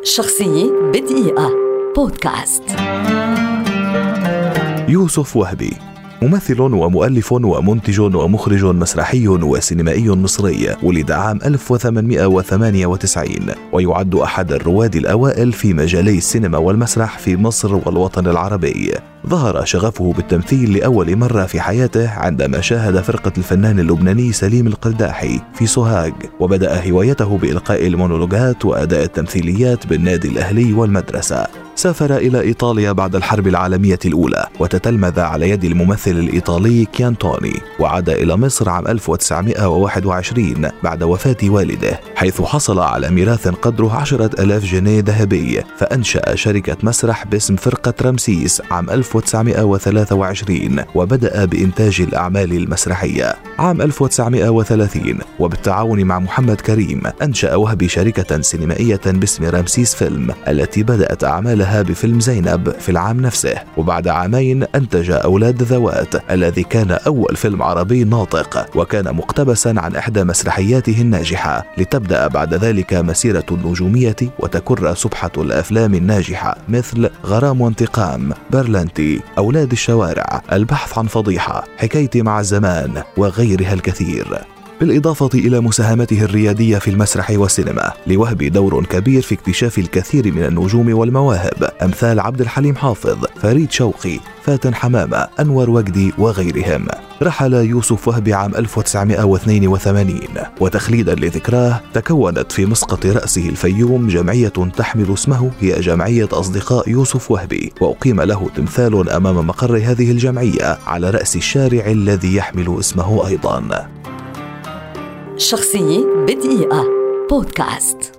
شخصية بدقيقة بودكاست. يوسف وهبي ممثل ومؤلف ومنتج ومخرج مسرحي وسينمائي مصري، ولد عام 1898 ويعد أحد الرواد الأوائل في مجالي السينما والمسرح في مصر والوطن العربي. ظهر شغفه بالتمثيل لأول مرة في حياته عندما شاهد فرقة الفنان اللبناني سليم القرداحي في سوهاج، وبدأ هوايته بإلقاء المونولوجات وأداء التمثيليات بالنادي الأهلي والمدرسة. سافر إلى إيطاليا بعد الحرب العالمية الأولى وتتلمذ على يد الممثل الإيطالي كيانتوني، وعاد إلى مصر عام 1921 بعد وفاة والده، حيث حصل على ميراث قدره 10,000 جنيه ذهبي، فأنشأ شركة مسرح باسم فرقة رمسيس عام 1923 وبدأ بإنتاج الأعمال المسرحية. عام 1930 وبالتعاون مع محمد كريم أنشأ وهبي شركة سينمائية باسم رمسيس فيلم، التي بدأت أعمالها بفيلم زينب في العام نفسه، وبعد عامين أنتج أولاد ذوات الذي كان أول فيلم عربي ناطق، وكان مقتبسا عن إحدى مسرحياته الناجحة، لتبدأ بعد ذلك مسيرة النجومية وتكر سبحة الأفلام الناجحة مثل غرام وانتقام، برلنتي، أولاد الشوارع، البحث عن فضيحة، حكايتي مع الزمان وغيرها الكثير. بالإضافة إلى مساهمته الريادية في المسرح والسينما، لوهبي دور كبير في اكتشاف الكثير من النجوم والمواهب أمثال عبد الحليم حافظ، فريد شوقي، فاتن حمامة، أنور وجدي وغيرهم. رحل يوسف وهبي عام 1982، وتخليدا لذكراه تكونت في مسقط رأسه الفيوم جمعية تحمل اسمه، هي جمعية أصدقاء يوسف وهبي، وأقيم له تمثال أمام مقر هذه الجمعية على رأس الشارع الذي يحمل اسمه أيضا. شخصية بدقيقة بودكاست.